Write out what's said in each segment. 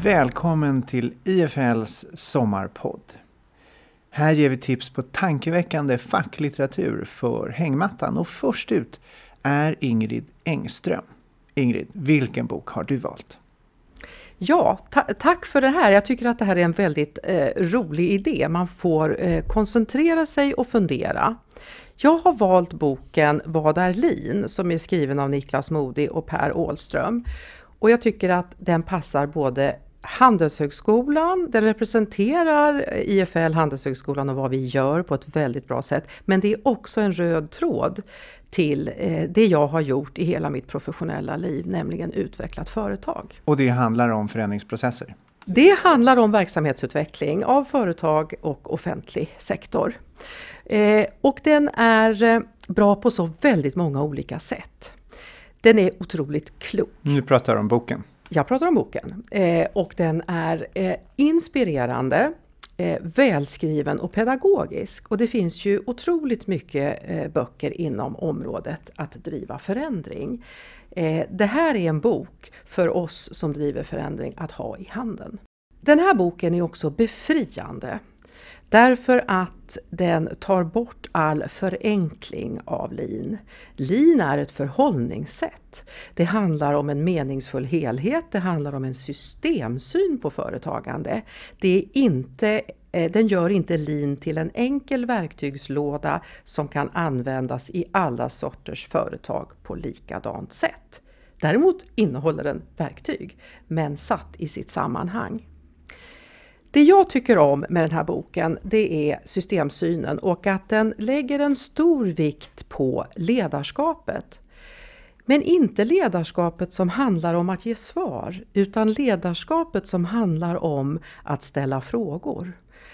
Välkommen till IFLs sommarpodd. Här ger vi tips på tankeväckande facklitteratur för hängmattan. Och först ut är Ingrid Engström. Ingrid, vilken bok har du valt? Ja, tack för det här. Jag tycker att det här är en väldigt rolig idé. Man får koncentrera sig och fundera. Jag har valt boken Vad är lin? Som är skriven av Niklas Modig och Per Åhlström. Och jag tycker att den passar både Handelshögskolan, den representerar IFL Handelshögskolan och vad vi gör på ett väldigt bra sätt. Men det är också en röd tråd till det jag har gjort i hela mitt professionella liv, nämligen utvecklat företag. Och det handlar om förändringsprocesser? Det handlar om verksamhetsutveckling av företag och offentlig sektor. Och den är bra på så väldigt många olika sätt. Den är otroligt klok. Nu pratar du om boken. Jag pratar om boken. Och den är inspirerande, välskriven och pedagogisk. Och det finns ju otroligt mycket böcker inom området att driva förändring. Det här är en bok för oss som driver förändring att ha i handen. Den här boken är också befriande. Därför att den tar bort all förenkling av lean. Lean är ett förhållningssätt. Det handlar om en meningsfull helhet. Det handlar om en systemsyn på företagande. Den gör inte lean till en enkel verktygslåda som kan användas i alla sorters företag på likadant sätt. Däremot innehåller den verktyg, men satt i sitt sammanhang. Det jag tycker om med den här boken, det är systemsynen och att den lägger en stor vikt på ledarskapet. Men inte ledarskapet som handlar om att ge svar, utan ledarskapet som handlar om att ställa frågor.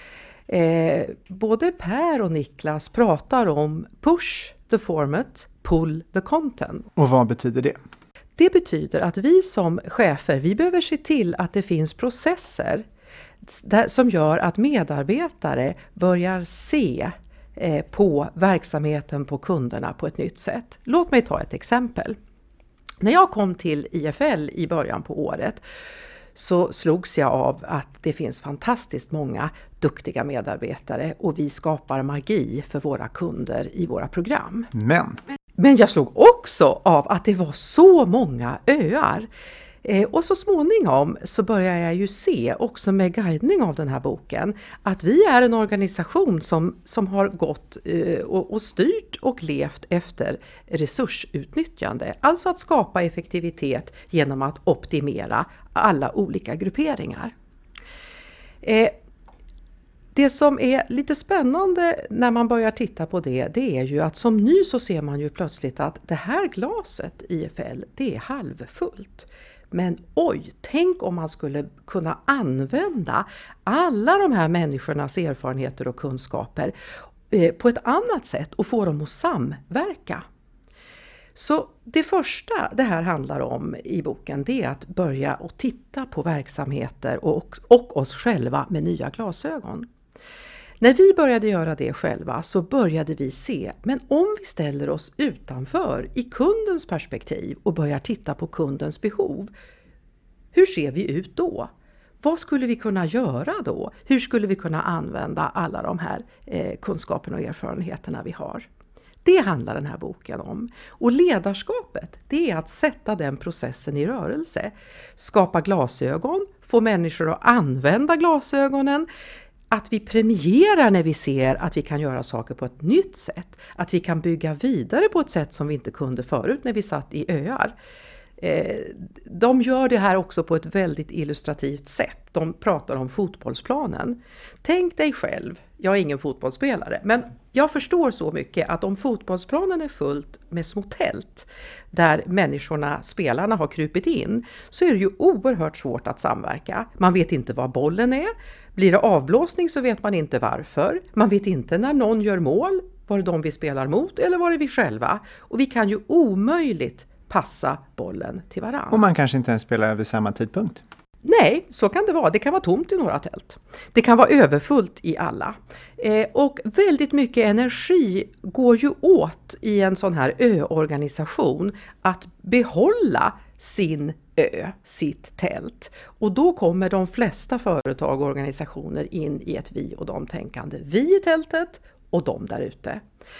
Både Per och Niklas pratar om push the format, pull the content. Och vad betyder det? Det betyder att vi som chefer, vi behöver se till att det finns processer som gör att medarbetare börjar se på verksamheten, på kunderna på ett nytt sätt. Låt mig ta ett exempel. När jag kom till IFL i början på året så slogs jag av att det finns fantastiskt många duktiga medarbetare och vi skapar magi för våra kunder i våra program. Men jag slog också av att det var så många öar. Och så småningom så börjar jag ju se också med guidning av den här boken att vi är en organisation som har gått och styrt och levt efter resursutnyttjande. Alltså att skapa effektivitet genom att optimera alla olika grupperingar. Det som är lite spännande när man börjar titta på det är ju att som ny så ser man ju plötsligt att det här glaset IFL, det är halvfullt. Men oj, tänk om man skulle kunna använda alla de här människornas erfarenheter och kunskaper på ett annat sätt och få dem att samverka. Så det första det här handlar om i boken, det är att börja och titta på verksamheter och oss själva med nya glasögon. När vi började göra det själva så började vi se, men om vi ställer oss utanför i kundens perspektiv och börjar titta på kundens behov, hur ser vi ut då? Vad skulle vi kunna göra då? Hur skulle vi kunna använda alla de här kunskaperna och erfarenheterna vi har? Det handlar den här boken om. Och ledarskapet, det är att sätta den processen i rörelse. Skapa glasögon, få människor att använda glasögonen. Att vi premierar när vi ser att vi kan göra saker på ett nytt sätt. Att vi kan bygga vidare på ett sätt som vi inte kunde förut när vi satt i öar. De gör det här också på ett väldigt illustrativt sätt. De pratar om fotbollsplanen. Tänk dig själv, jag är ingen fotbollsspelare, men jag förstår så mycket att om fotbollsplanen är fullt med små tält där spelarna har krupit in, så är det ju oerhört svårt att samverka. Man vet inte var bollen är. Blir det avblåsning så vet man inte varför. Man vet inte när någon gör mål. Var det de vi spelar mot eller var det vi själva? Och vi kan ju omöjligt passa bollen till varandra. Och man kanske inte ens spelar vid samma tidpunkt. Nej, så kan det vara. Det kan vara tomt i några tält. Det kan vara överfullt i alla. Och väldigt mycket energi går ju åt i en sån här ö-organisation att behålla sin sitt tält. Och då kommer de flesta företag och organisationer in i ett vi och de-tänkande. Vi i tältet och de där ute.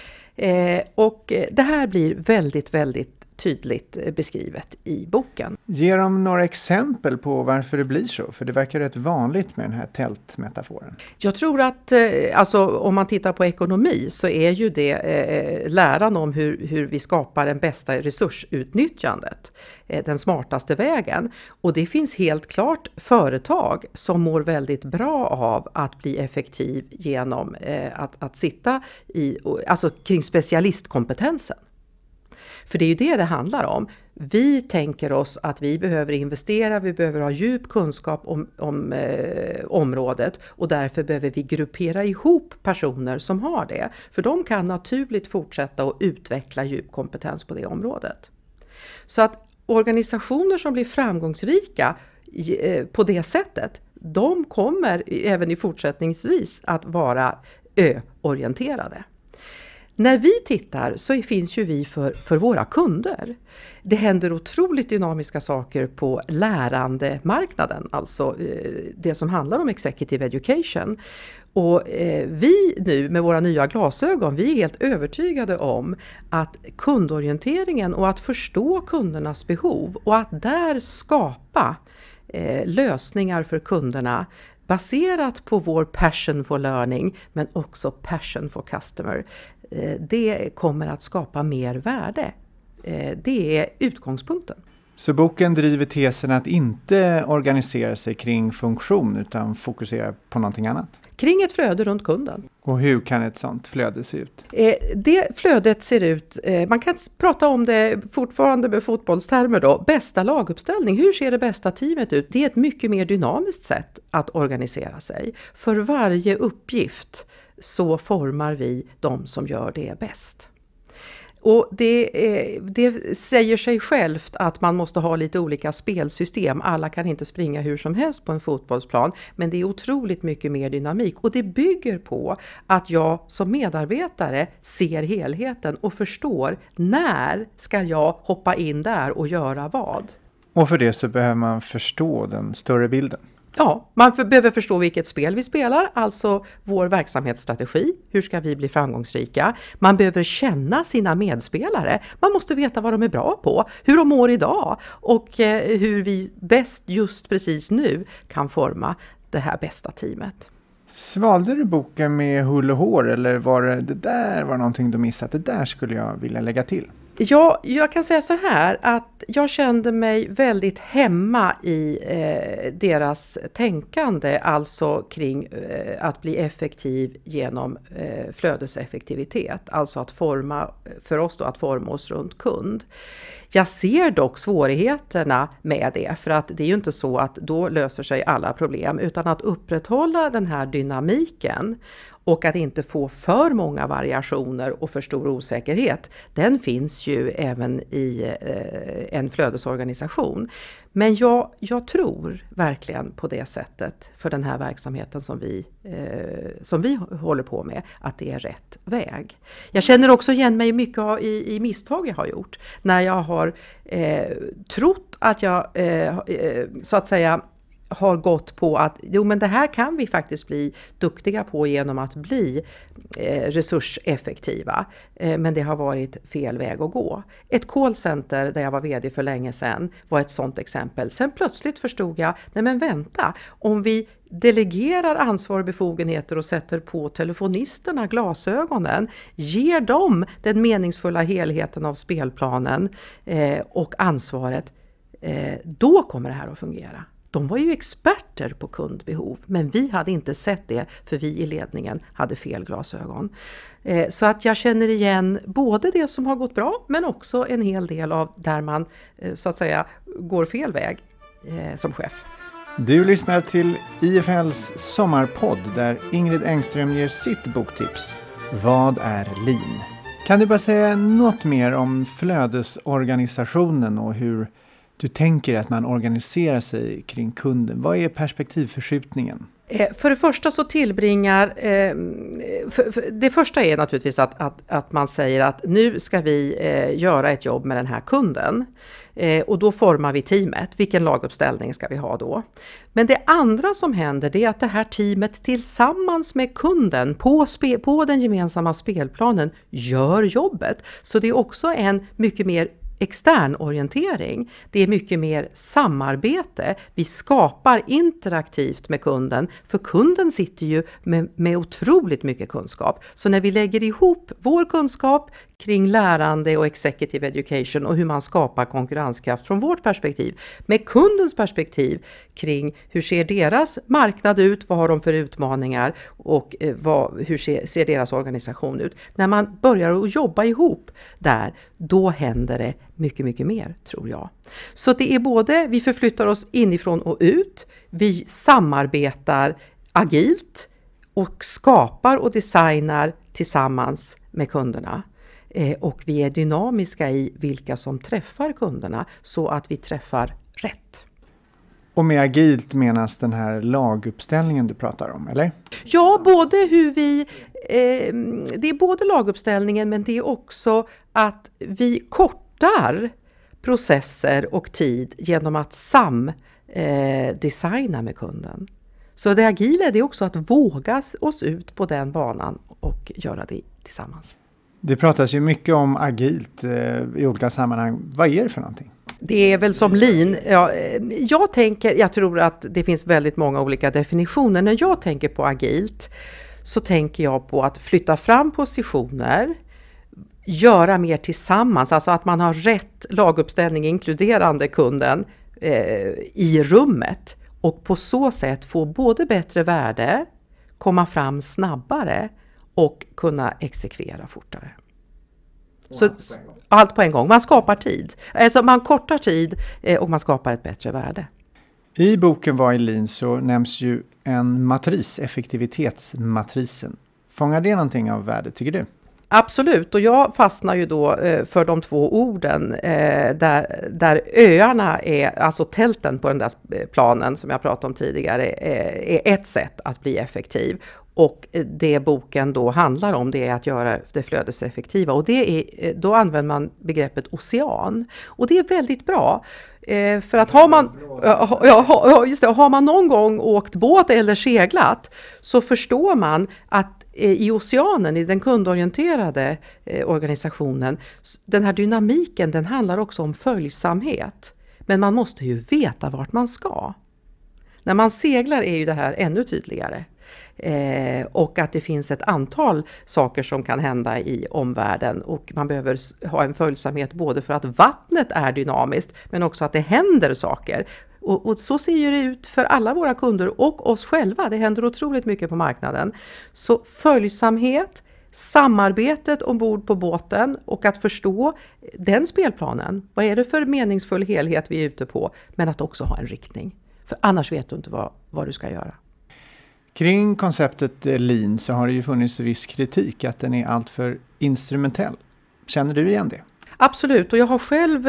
Och det här blir väldigt, väldigt tydligt beskrivet i boken. Ge dem några exempel på varför det blir så, för det verkar rätt vanligt med den här tältmetaforen. Jag tror att alltså, om man tittar på ekonomi så är ju det läran om hur vi skapar den bästa resursutnyttjandet, den smartaste vägen. Och det finns helt klart företag som mår väldigt bra av att bli effektiv genom att sitta alltså kring specialistkompetensen. För det är ju det handlar om. Vi tänker oss att vi behöver investera, vi behöver ha djup kunskap om området och därför behöver vi gruppera ihop personer som har det. För de kan naturligt fortsätta att utveckla djup kompetens på det området. Så att organisationer som blir framgångsrika på det sättet, de kommer även i fortsättningsvis att vara ö-orienterade. När vi tittar så finns ju vi för våra kunder. Det händer otroligt dynamiska saker på lärandemarknaden, alltså det som handlar om executive education. Och vi nu med våra nya glasögon, vi är helt övertygade om att kundorienteringen och att förstå kundernas behov och att där skapa lösningar för kunderna baserat på vår passion for learning men också passion for customer. Det kommer att skapa mer värde. Det är utgångspunkten. Så boken driver tesen att inte organisera sig kring funktion utan fokusera på någonting annat? Kring ett flöde runt kunden. Och hur kan ett sånt flöde se ut? Det flödet ser ut, man kan prata om det fortfarande med fotbollstermer då, bästa laguppställning. Hur ser det bästa teamet ut? Det är ett mycket mer dynamiskt sätt att organisera sig. För varje uppgift så formar vi de som gör det bäst. Och det säger sig självt att man måste ha lite olika spelsystem. Alla kan inte springa hur som helst på en fotbollsplan. Men det är otroligt mycket mer dynamik. Och det bygger på att jag som medarbetare ser helheten och förstår när ska jag hoppa in där och göra vad. Och för det så behöver man förstå den större bilden. Ja, man behöver förstå vilket spel vi spelar, alltså vår verksamhetsstrategi. Hur ska vi bli framgångsrika? Man behöver känna sina medspelare. Man måste veta vad de är bra på, hur de mår idag och hur vi bäst just precis nu kan forma det här bästa teamet. Svalde du boken med hull och hår eller var det där var någonting du missat? Det där skulle jag vilja lägga till. Ja, jag kan säga så här att jag kände mig väldigt hemma i deras tänkande, alltså kring att bli effektiv genom flödeseffektivitet, alltså att forma, för oss då att forma oss runt kund. Jag ser dock svårigheterna med det, för att det är ju inte så att då löser sig alla problem, utan att upprätthålla den här dynamiken och att inte få för många variationer och för stor osäkerhet, den finns ju även i en flödesorganisation. Men jag tror verkligen på det sättet för den här verksamheten som vi håller på med, att det är rätt väg. Jag känner också igen mig mycket i misstag jag har gjort. När jag har trott att jag så att säga har gått på att men det här kan vi faktiskt bli duktiga på genom att bli resurseffektiva. Men det har varit fel väg att gå. Ett callcenter där jag var vd för länge sedan var ett sådant exempel. Sen plötsligt förstod jag, nej men vänta, om vi delegerar ansvar och befogenheter och sätter på telefonisterna glasögonen, ger dem den meningsfulla helheten av spelplanen och ansvaret, då kommer det här att fungera. De var ju experter på kundbehov, men vi hade inte sett det för vi i ledningen hade fel glasögon. Så att jag känner igen både det som har gått bra men också en hel del av där man så att säga går fel väg som chef. Du lyssnar till IFLs sommarpodd där Ingrid Engström ger sitt boktips. Vad är Lean? Kan du bara säga något mer om flödesorganisationen och hur du tänker att man organiserar sig kring kunden. Vad är perspektivförskjutningen? För det första så tillbringar, det första är naturligtvis att man säger att nu ska vi göra ett jobb med den här kunden. Och då formar vi teamet. Vilken laguppställning ska vi ha då? Men det andra som händer, det är att det här teamet tillsammans med kunden på den gemensamma spelplanen gör jobbet. Så det är också en mycket mer extern orientering. Det är mycket mer samarbete. Vi skapar interaktivt med kunden, för kunden sitter ju med otroligt mycket kunskap. Så när vi lägger ihop vår kunskap kring lärande och executive education och hur man skapar konkurrenskraft från vårt perspektiv med kundens perspektiv kring hur ser deras marknad ut, vad har de för utmaningar och hur ser deras organisation ut. När man börjar att jobba ihop där, då händer det mycket, mycket mer, tror jag. Så det är både, vi förflyttar oss inifrån och ut, vi samarbetar agilt och skapar och designar tillsammans med kunderna. Och vi är dynamiska i vilka som träffar kunderna så att vi träffar rätt. Och med agilt menas den här laguppställningen du pratar om, eller? Ja, både det är både laguppställningen, men det är också att vi kortar processer och tid genom att designa med kunden. Så det agila är det också att våga oss ut på den banan och göra det tillsammans. Det pratas ju mycket om agilt i olika sammanhang. Vad är det för någonting? Det är väl som lean. Ja, jag tror att det finns väldigt många olika definitioner. När jag tänker på agilt så tänker jag på att flytta fram positioner, göra mer tillsammans. Alltså att man har rätt laguppställning inkluderande kunden i rummet. Och på så sätt få både bättre värde, komma fram snabbare och kunna exekvera fortare. Så allt på en gång. Man skapar tid. Alltså man kortar tid och man skapar ett bättre värde. I boken Vad är Lean så nämns ju en matris, effektivitetsmatrisen. Fångar det någonting av värde, tycker du? Absolut, och jag fastnar ju då för de två orden där öarna är, alltså tälten på den där planen som jag pratade om tidigare, är ett sätt att bli effektiv. Och det boken då handlar om, det är att göra det flödeseffektiva. Och då använder man begreppet ocean. Och det är väldigt bra. För att har man någon gång åkt båt eller seglat så förstår man att i oceanen, i den kundorienterade organisationen, den här dynamiken, den handlar också om följsamhet. Men man måste ju veta vart man ska. När man seglar är ju det här ännu tydligare. Och att det finns ett antal saker som kan hända i omvärlden och man behöver ha en följsamhet både för att vattnet är dynamiskt men också att det händer saker. Och så ser det ut för alla våra kunder och oss själva. Det händer otroligt mycket på marknaden. Så följsamhet, samarbetet ombord på båten och att förstå den spelplanen. Vad är det för meningsfull helhet vi är ute på? Men att också ha en riktning. För annars vet du inte vad du ska göra. Kring konceptet lean så har det ju funnits viss kritik att den är alltför instrumentell. Känner du igen det? Absolut, och jag har själv...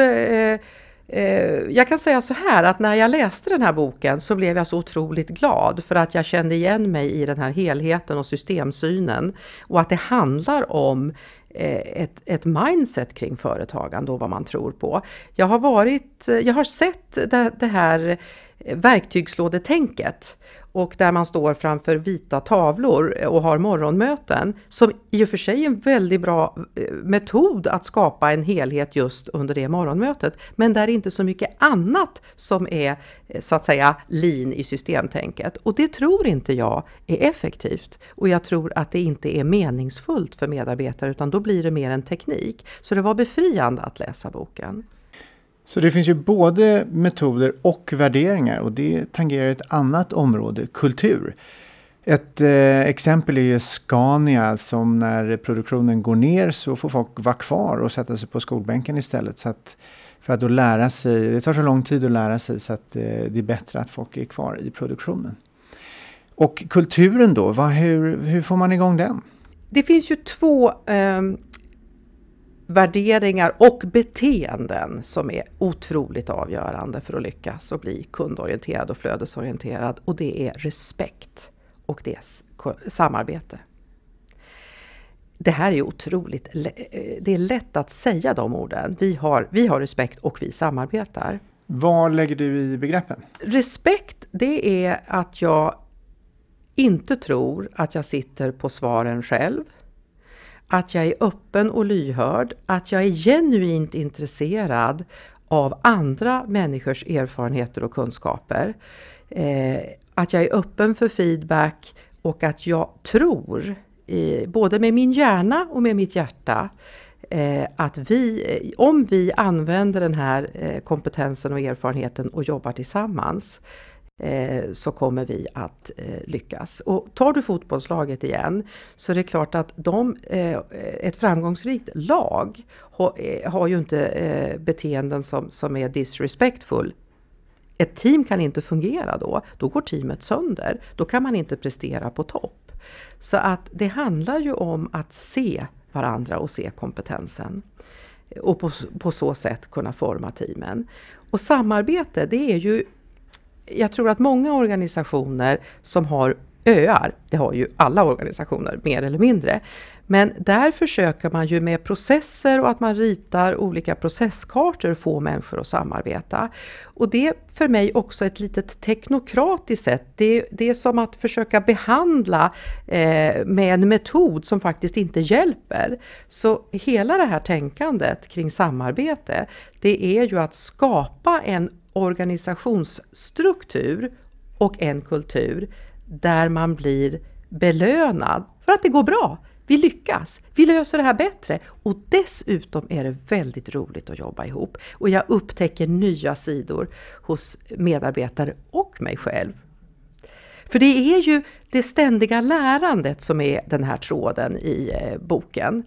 jag kan säga så här att när jag läste den här boken så blev jag så otroligt glad för att jag kände igen mig i den här helheten och systemsynen och att det handlar om ett mindset kring företagande och vad man tror på. Jag har sett det här verktygslådetänket och där man står framför vita tavlor och har morgonmöten som i och för sig är en väldigt bra metod att skapa en helhet just under det morgonmötet, men där är inte så mycket annat som är så att säga lean i systemtänket och det tror inte jag är effektivt och jag tror att det inte är meningsfullt för medarbetare utan då blir det mer en teknik. Så det var befriande att läsa boken. Så det finns ju både metoder och värderingar och det tangerar ett annat område, kultur. Ett exempel är ju Scania som när produktionen går ner så får folk vara kvar och sätta sig på skolbänken istället. Så att, för att då lära sig, det tar så lång tid att lära sig så att det är bättre att folk är kvar i produktionen. Och kulturen då, hur får man igång den? Det finns ju två värderingar och beteenden som är otroligt avgörande för att lyckas och bli kundorienterad och flödesorienterad. Och det är respekt och det är samarbete. Det här är otroligt, det är lätt att säga de orden. Vi har respekt och vi samarbetar. Vad lägger du i begreppen? Respekt, det är att jag inte tror att jag sitter på svaren själv. Att jag är öppen och lyhörd. Att jag är genuint intresserad av andra människors erfarenheter och kunskaper. Att jag är öppen för feedback och att jag tror, både med min hjärna och med mitt hjärta, att om vi använder den här kompetensen och erfarenheten och jobbar tillsammans, så kommer vi att lyckas. Och tar du fotbollslaget igen, så är det klart att ett framgångsrikt lag har ju inte beteenden som är disrespectful. Ett team kan inte fungera då går teamet sönder. Då kan man inte prestera på topp. Så att det handlar ju om att se varandra och se kompetensen. Och på så sätt kunna forma teamen. Och samarbete, det är ju, jag tror att många organisationer som har öar, det har ju alla organisationer mer eller mindre, men där försöker man ju med processer och att man ritar olika processkartor få människor att samarbeta. Och det är för mig också ett litet teknokratiskt sätt. Det är som att försöka behandla med en metod som faktiskt inte hjälper. Så hela det här tänkandet kring samarbete, det är ju att skapa en organisationsstruktur och en kultur där man blir belönad för att det går bra. Vi lyckas, vi löser det här bättre och dessutom är det väldigt roligt att jobba ihop. Och jag upptäcker nya sidor hos medarbetare och mig själv. För det är ju det ständiga lärandet som är den här tråden i boken.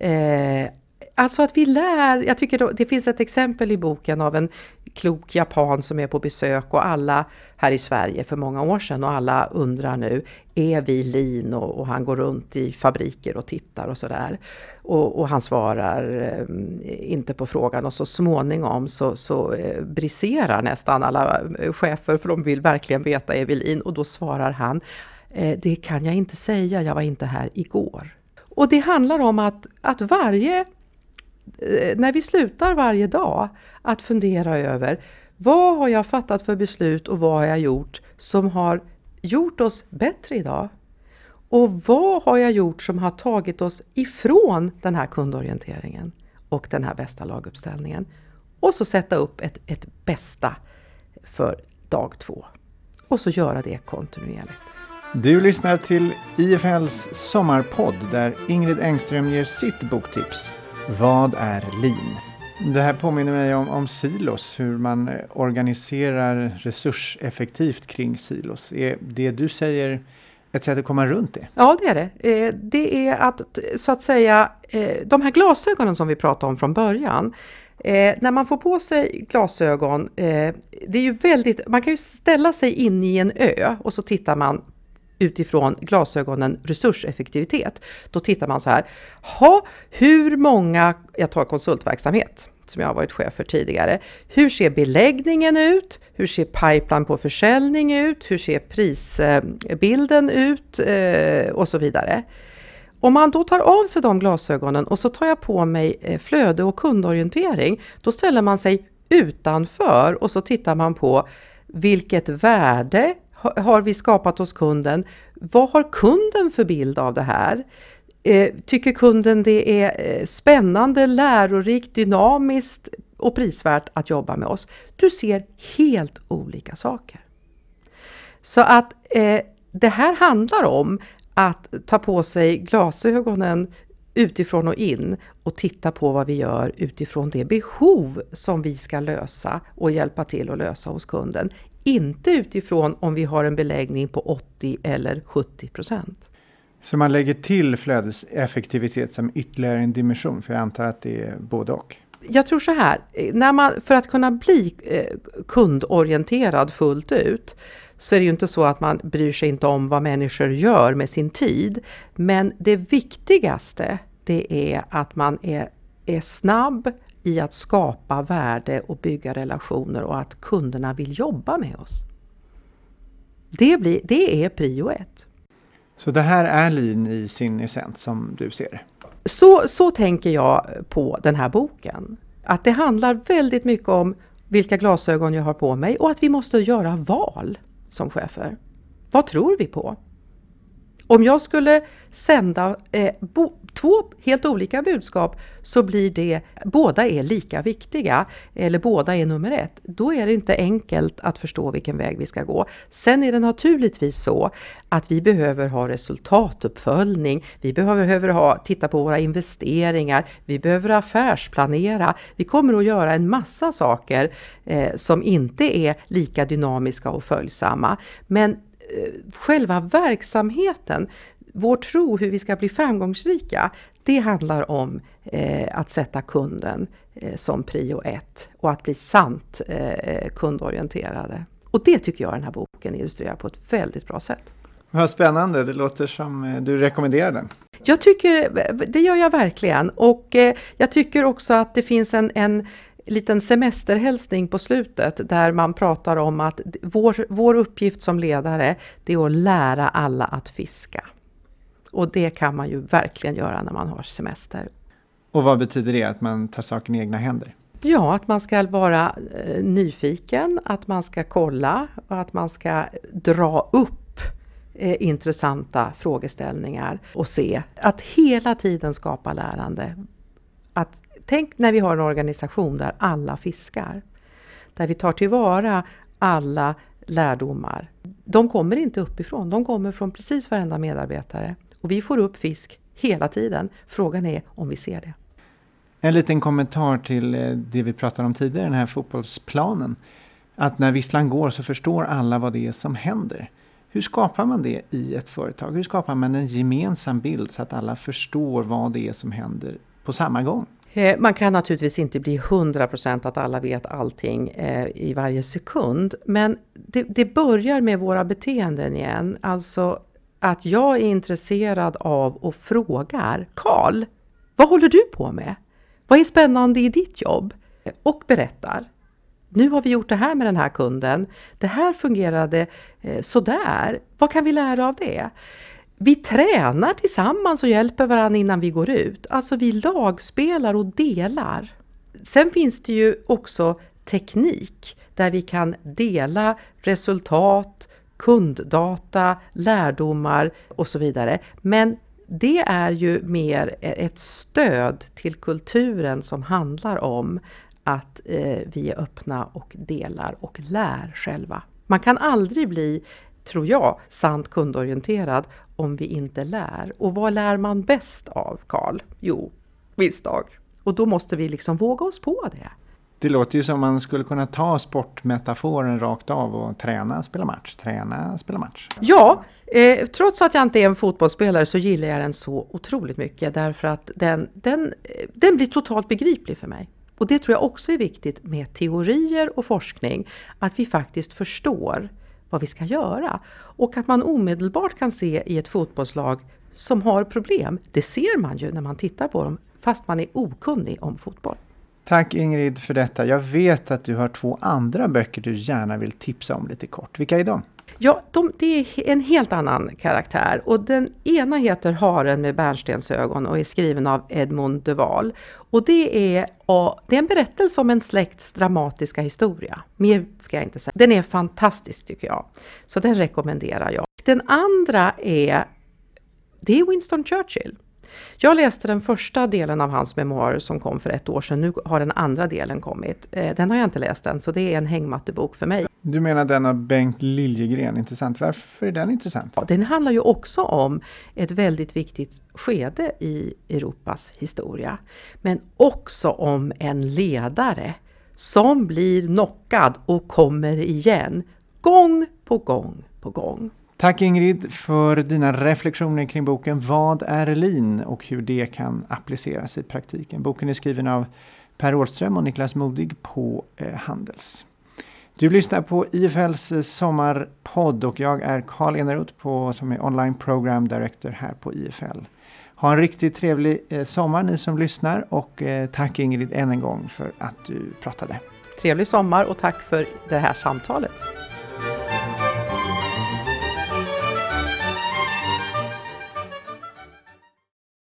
Alltså att vi lär, jag tycker det finns ett exempel i boken av en klok japan som är på besök och alla här i Sverige för många år sedan och alla undrar nu, är vi lean? Och han går runt i fabriker och tittar och sådär. Och han svarar inte på frågan och så småningom så briserar nästan alla chefer för de vill verkligen veta, är vi lean? Och då svarar han, det kan jag inte säga, jag var inte här igår. Och det handlar om att när vi slutar varje dag att fundera över vad har jag fattat för beslut och vad har jag gjort som har gjort oss bättre idag? Och vad har jag gjort som har tagit oss ifrån den här kundorienteringen och den här bästa laguppställningen? Och så sätta upp ett bästa för dag 2. Och så göra det kontinuerligt. Du lyssnar till IFLs sommarpodd där Ingrid Engström ger sitt boktips. Vad är lean? Det här påminner mig om silos, hur man organiserar resurseffektivt kring silos. Är det du säger ett sätt att komma runt det? Ja, det är det. Det är att, så att säga, de här glasögonen som vi pratade om från början. När man får på sig glasögon, det är ju man kan ju ställa sig in i en ö och så tittar man utifrån glasögonen resurseffektivitet. Då tittar man så här, hur många, jag tar konsultverksamhet som jag har varit chef för tidigare. Hur ser beläggningen ut? Hur ser pipeline på försäljning ut? Hur ser prisbilden ut? Och så vidare. Om man då tar av sig de glasögonen och så tar jag på mig flöde och kundorientering, då ställer man sig utanför och så tittar man på vilket värde har vi skapat hos kunden? Vad har kunden för bild av det här? Tycker kunden det är spännande, lärorikt, dynamiskt och prisvärt att jobba med oss? Du ser helt olika saker. Så att det här handlar om att ta på sig glasögonen utifrån och in och titta på vad vi gör utifrån det behov som vi ska lösa och hjälpa till att lösa hos kunden. Inte utifrån om vi har en beläggning på 80 eller 70%. Så man lägger till flödeseffektivitet som ytterligare en dimension, för jag antar att det är både och. Jag tror så här, för att kunna bli kundorienterad fullt ut så är det ju inte så att man bryr sig inte om vad människor gör med sin tid. Men det viktigaste, det är att man är är snabb i att skapa värde och bygga relationer och att kunderna vill jobba med oss. Det är prio 1. Så det här är Lean i sin essens som du ser det? Så tänker jag på den här boken. Att det handlar väldigt mycket om vilka glasögon jag har på mig och att vi måste göra val som chefer. Vad tror vi på? Om jag skulle sända 2 helt olika budskap så blir det, båda är lika viktiga eller båda är nummer 1. Då är det inte enkelt att förstå vilken väg vi ska gå. Sen är det naturligtvis så att vi behöver ha resultatuppföljning. Vi behöver titta på våra investeringar. Vi behöver affärsplanera. Vi kommer att göra en massa saker som inte är lika dynamiska och följsamma. Men själva verksamheten, vår tro hur vi ska bli framgångsrika, det handlar om att sätta kunden som prio 1 och att bli sant kundorienterade. Och det tycker jag den här boken illustrerar på ett väldigt bra sätt. Vad spännande, det låter som du rekommenderar den. Jag tycker, det gör jag verkligen, och jag tycker också att det finns en liten semesterhälsning på slutet där man pratar om att vår uppgift som ledare, det är att lära alla att fiska. Och det kan man ju verkligen göra när man har semester. Och vad betyder det, att man tar saken i egna händer? Ja, att man ska vara nyfiken, att man ska kolla och att man ska dra upp intressanta frågeställningar och se. Att hela tiden skapa lärande. Tänk när vi har en organisation där alla fiskar. Där vi tar tillvara alla lärdomar. De kommer inte uppifrån, de kommer från precis varenda medarbetare. Och vi får upp fisk hela tiden. Frågan är om vi ser det. En liten kommentar till det vi pratade om tidigare, den här fotbollsplanen. Att när visslan går så förstår alla vad det är som händer. Hur skapar man det i ett företag? Hur skapar man en gemensam bild så att alla förstår vad det är som händer på samma gång? Man kan naturligtvis inte bli 100% att alla vet allting i varje sekund. Men det börjar med våra beteenden igen. Alltså att jag är intresserad av och frågar: Carl, vad håller du på med? Vad är spännande i ditt jobb? Och berättar. Nu har vi gjort det här med den här kunden. Det här fungerade sådär. Vad kan vi lära av det? Vi tränar tillsammans och hjälper varandra innan vi går ut. Alltså vi lagspelar och delar. Sen finns det ju också teknik där vi kan dela resultat, kunddata, lärdomar och så vidare. Men det är ju mer ett stöd till kulturen som handlar om att vi är öppna och delar och lär själva. Man kan aldrig bli, tror jag, sant kundorienterad om vi inte lär. Och vad lär man bäst av, Carl? Jo, misstag. Och då måste vi liksom våga oss på det. Det låter ju som man skulle kunna ta sportmetaforen rakt av och träna, spela match. Träna, spela match. Ja, trots att jag inte är en fotbollsspelare så gillar jag den så otroligt mycket. Därför att den blir totalt begriplig för mig. Och det tror jag också är viktigt med teorier och forskning. Att vi faktiskt förstår vad vi ska göra. Och att man omedelbart kan se i ett fotbollslag som har problem. Det ser man ju när man tittar på dem fast man är okunnig om fotboll. Tack Ingrid för detta. Jag vet att du har 2 andra böcker du gärna vill tipsa om lite kort. Vilka är de? Ja, det är en helt annan karaktär. Och den ena heter Haren med bärnstensögon och är skriven av Edmund de Waal. Och det är en berättelse om en släkts dramatiska historia. Mer ska jag inte säga. Den är fantastisk tycker jag. Så den rekommenderar jag. Den andra det är Winston Churchill. Jag läste den första delen av hans memoarer som kom för 1 år sedan. Nu har den andra delen kommit. Den har jag inte läst än, så det är en hängmattebok för mig. Du menar den av Bengt Liljegren, intressant. Varför är den intressant? Ja, den handlar ju också om ett väldigt viktigt skede i Europas historia. Men också om en ledare som blir knockad och kommer igen. Gång på gång på gång. Tack Ingrid för dina reflektioner kring boken Vad är Lean och hur det kan appliceras i praktiken. Boken är skriven av Per Åström och Niklas Modig på Handels. Du lyssnar på IFLs sommarpodd och jag är Carl Eneroth som är online program director här på IFL. Ha en riktigt trevlig sommar ni som lyssnar och tack Ingrid än en gång för att du pratade. Trevlig sommar och tack för det här samtalet.